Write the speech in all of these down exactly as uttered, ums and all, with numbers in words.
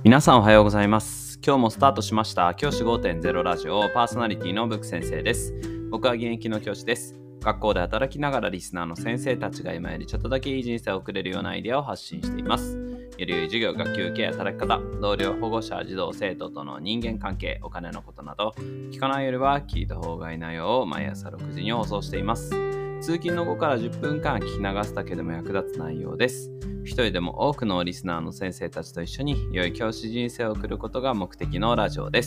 皆さんおはようございます。今日もスタートしました教師 ごてんゼロ ラジオパーソナリティのブック先生です。僕は現役の教師です。学校で働きながらリスナーの先生たちが今よりちょっとだけいい人生を送れるようなアイデアを発信しています。より良い授業、学級受け、働き方、同僚、保護者、児童、生徒との人間関係、お金のことなど、聞かないよりは聞いた方がいい内容を毎朝ろくじに放送しています。通勤のごからじゅっぷんかん聞き流すだけでも役立つ内容です。一人でも多くのリスナーの先生たちと一緒に良い教師人生を送ることが目的のラジオです。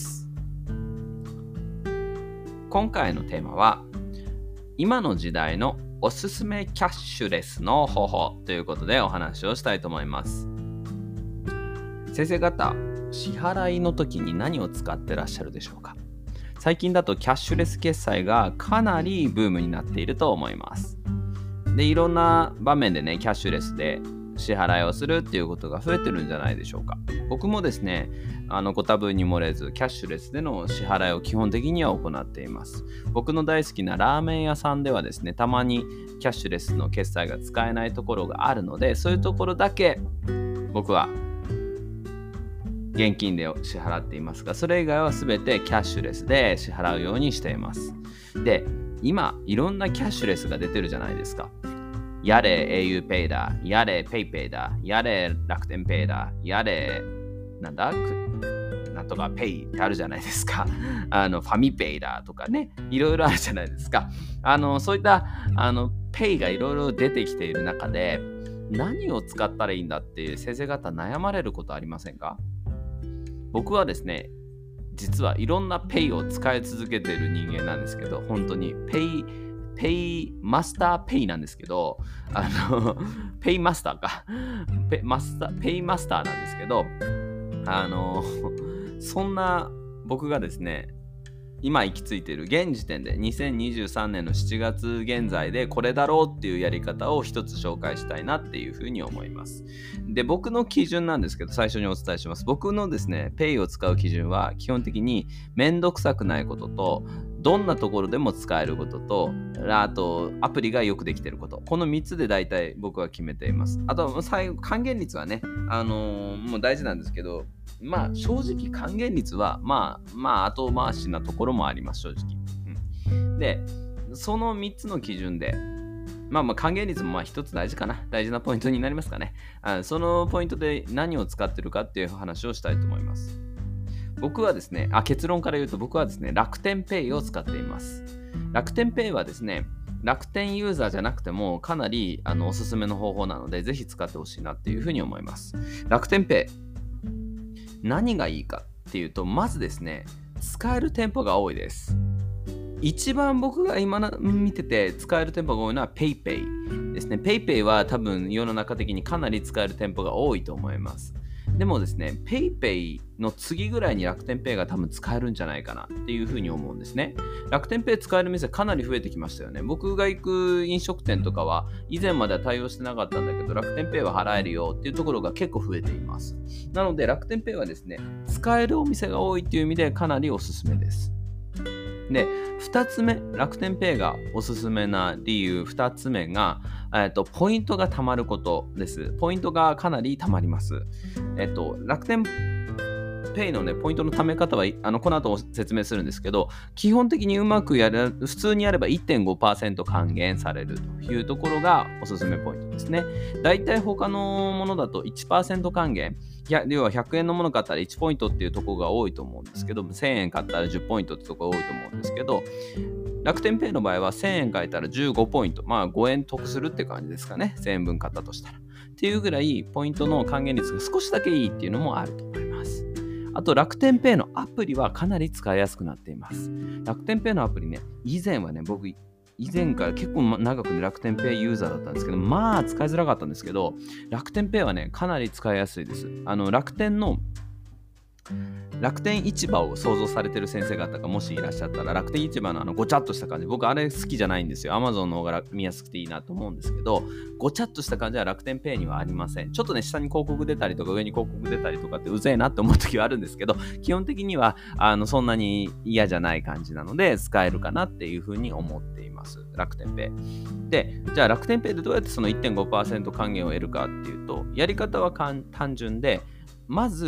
今回のテーマは今の時代のおすすめキャッシュレスの方法ということでお話をしたいと思います。先生方、支払いの時に何を使ってらっしゃるでしょうか？最近だとキャッシュレス決済がかなりブームになっていると思います。で、いろんな場面でね、キャッシュレスで支払いをするっていうことが増えてるんじゃないでしょうか。僕もですね、あのご多分に漏れずキャッシュレスでの支払いを基本的には行っています。僕の大好きなラーメン屋さんではですね、たまにキャッシュレスの決済が使えないところがあるので、そういうところだけ僕は現金で支払っていますが、それ以外は全てキャッシュレスで支払うようにしています。で、今いろんなキャッシュレスが出てるじゃないですか。やれ auPay だ、やれ PayPay だ、やれ楽天 Pay だ、やれなんだなんとか Pay ってあるじゃないですか。あのファミペイだとかね、いろいろあるじゃないですか。あのそういったあの Pay がいろいろ出てきている中で、何を使ったらいいんだっていう先生方悩まれることありませんか？僕はですね、実はいろんな Pay を使い続けている人間なんですけど、本当に Payペイマスターペイなんですけど、あのペイマスターかペマスターペイマスターなんですけど、あのそんな僕がですね、今行き着いている現時点でにせんにじゅうさんねんのしちがつ現在でこれだろうっていうやり方を一つ紹介したいなっていうふうに思います。で、僕の基準なんですけど、最初にお伝えします。僕のですね、ペイを使う基準は基本的にめんどくさくないことと、どんなところでも使えることと、あとアプリがよくできていること、このみっつで大体僕は決めています。あとは最後還元率はね、あのー、もう大事なんですけど、まあ正直還元率はまあまあ後回しなところもあります、正直、うん、でそのみっつの基準でまあまあ還元率もまあ一つ大事かな大事なポイントになりますかね。あそのポイントで何を使ってるかっていう話をしたいと思います。僕はですねあ結論から言うと僕はですね楽天ペイを使っています。楽天ペイはですね楽天ユーザーじゃなくてもかなりあのおすすめの方法なので、ぜひ使ってほしいなっていうふうに思います。楽天ペイ何がいいかっていうと、まずですね使える店舗が多いです。一番僕が今見てて使える店舗が多いのは PayPay ですね。 PayPay は多分世の中的にかなり使える店舗が多いと思います。でもですね PayPay の次ぐらいに楽天ペイが多分使えるんじゃないかなっていうふうに思うんですね。楽天ペイ使える店かなり増えてきましたよね。僕が行く飲食店とかは以前までは対応してなかったんだけど、楽天ペイは払えるよっていうところが結構増えています。なので楽天ペイはですね使えるお店が多いっていう意味でかなりおすすめです。で、ふたつめ、楽天ペイがおすすめな理由ふたつめが、えっと、ポイントが貯まることです。ポイントがかなり貯まります。えっと、楽天ペイのね、ポイントの貯め方はあのこの後説明するんですけど、基本的にうまくやる、普通にやれば いってんごパーセント 還元されるというところがおすすめポイントですね。だいたい他のものだと いちパーセント 還元、いや要はひゃくえんのもの買ったらいちポイントっていうところが多いと思うんですけど、せんえん買ったらじゅうポイントってところが多いと思うんですけど、楽天ペイの場合はせんえん買えたらじゅうごポイント、まあごえん得するって感じですかね。せんえんぶん買ったとしたらっていうぐらいポイントの還元率が少しだけいいっていうのもあると思います。あと楽天ペイのアプリはかなり使いやすくなっています。楽天ペイのアプリね、以前はね、僕以前から結構長くね楽天ペイユーザーだったんですけど、まあ使いづらかったんですけど、楽天ペイはねかなり使いやすいです。あの楽天の楽天市場を想像されてる先生方がもしいらっしゃったら、楽天市場のあのごちゃっとした感じ、僕あれ好きじゃないんですよ。 Amazon の方が見やすくていいなと思うんですけど、ごちゃっとした感じは楽天ペイにはありません。ちょっとね下に広告出たりとか上に広告出たりとかってうぜえなって思う時はあるんですけど、基本的にはあのそんなに嫌じゃない感じなので使えるかなっていうふうに思っています、楽天ペイで。じゃあ楽天ペイでどうやってその いってんごパーセント 還元を得るかっていうと、やり方は単純で、まず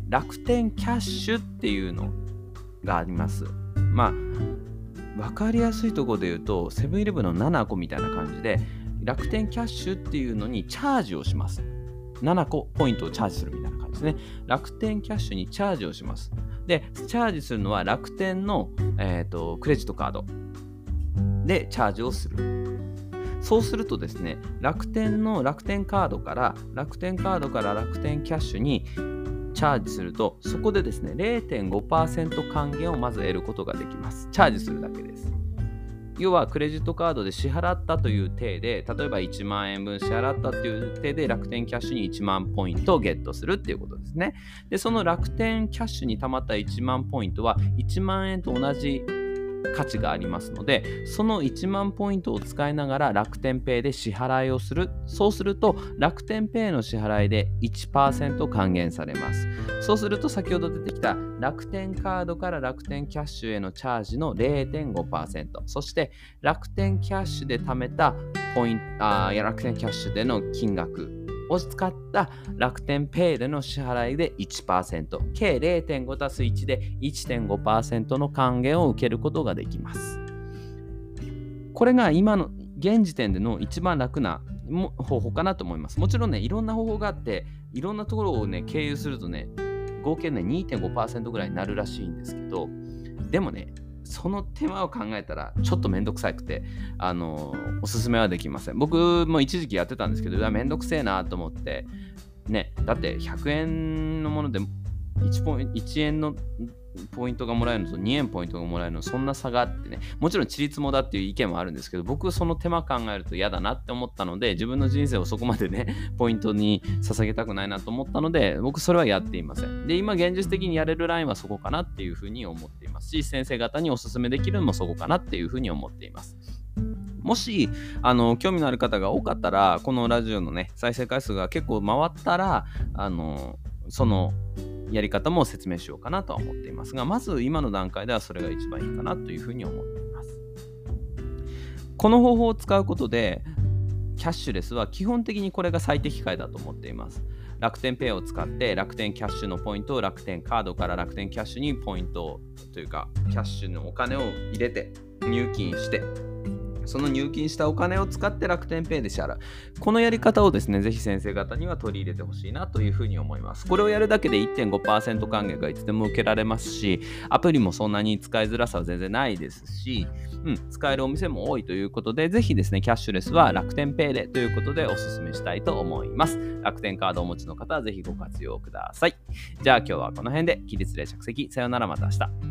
楽天キャッシュっていうのがあります。まあ分かりやすいところで言うとセブンイレブンのななこみたいな感じで楽天キャッシュっていうのにチャージをします。ななこポイントをチャージするみたいな感じですね。楽天キャッシュにチャージをします。でチャージするのは楽天の、えーと、クレジットカードでチャージをする。そうするとですね、楽天の楽天カードから楽天カードから楽天キャッシュにチャージすると、そこでですね れいてんごパーセント 還元をまず得ることができます。チャージするだけです。要はクレジットカードで支払ったという体で、例えばいちまんえんぶん支払ったという体で楽天キャッシュにいちまんポイントをゲットするっていうことですね。でその楽天キャッシュに貯まったいちまんポイントはいちまんえんと同じ価値がありますので、そのいちまんポイントを使いながら楽天ペイで支払いをする。そうすると楽天ペイの支払いで いちパーセント 還元されます。そうすると先ほど出てきた楽天カードから楽天キャッシュへのチャージの れいてんごパーセント、 そして楽天キャッシュで貯めたポイント、あいや楽天キャッシュでの金額を使った楽天ペイでの支払いで いちパーセント、 計 れいてんご 足すいちで いってんごパーセント の還元を受けることができます。これが今の現時点での一番楽な方法かなと思います。もちろんね、いろんな方法があって、いろんなところをね経由するとね合計ね にてんごパーセント ぐらいになるらしいんですけど、でもねその手間を考えたらちょっとめんどくさくて、あのー、おすすめはできません。僕も一時期やってたんですけど、めんどくせえなと思ってね、だってひゃくえんのもので 1, ポインいちえんのポイントがもらえるのとにえんポイントがもらえるの、そんな差があってね、もちろんちりつもだっていう意見もあるんですけど、僕その手間考えると嫌だなって思ったので、自分の人生をそこまでねポイントに捧げたくないなと思ったので、僕それはやっていません。で今現実的にやれるラインはそこかなっていうふうに思っていますし、先生方におすすめできるのもそこかなっていうふうに思っています。もしあの興味のある方が多かったら、このラジオのね再生回数が結構回ったら、あのそのやり方も説明しようかなとは思っていますが、まず今の段階ではそれが一番いいかなというふうに思っています。この方法を使うことでキャッシュレスは基本的にこれが最適解だと思っています。楽天ペイを使って楽天キャッシュのポイントを楽天カードから楽天キャッシュにポイントというかキャッシュのお金を入れて入金して、その入金したお金を使って楽天ペイで支払う。このやり方をですね、ぜひ先生方には取り入れてほしいなというふうに思います。これをやるだけで いってんごパーセント 還元がいつでも受けられますし、アプリもそんなに使いづらさは全然ないですし、うん、使えるお店も多いということで、ぜひですね、キャッシュレスは楽天ペイでということでお勧めしたいと思います。楽天カードをお持ちの方はぜひご活用ください。じゃあ今日はこの辺で、起立例着席、さよならまた明日。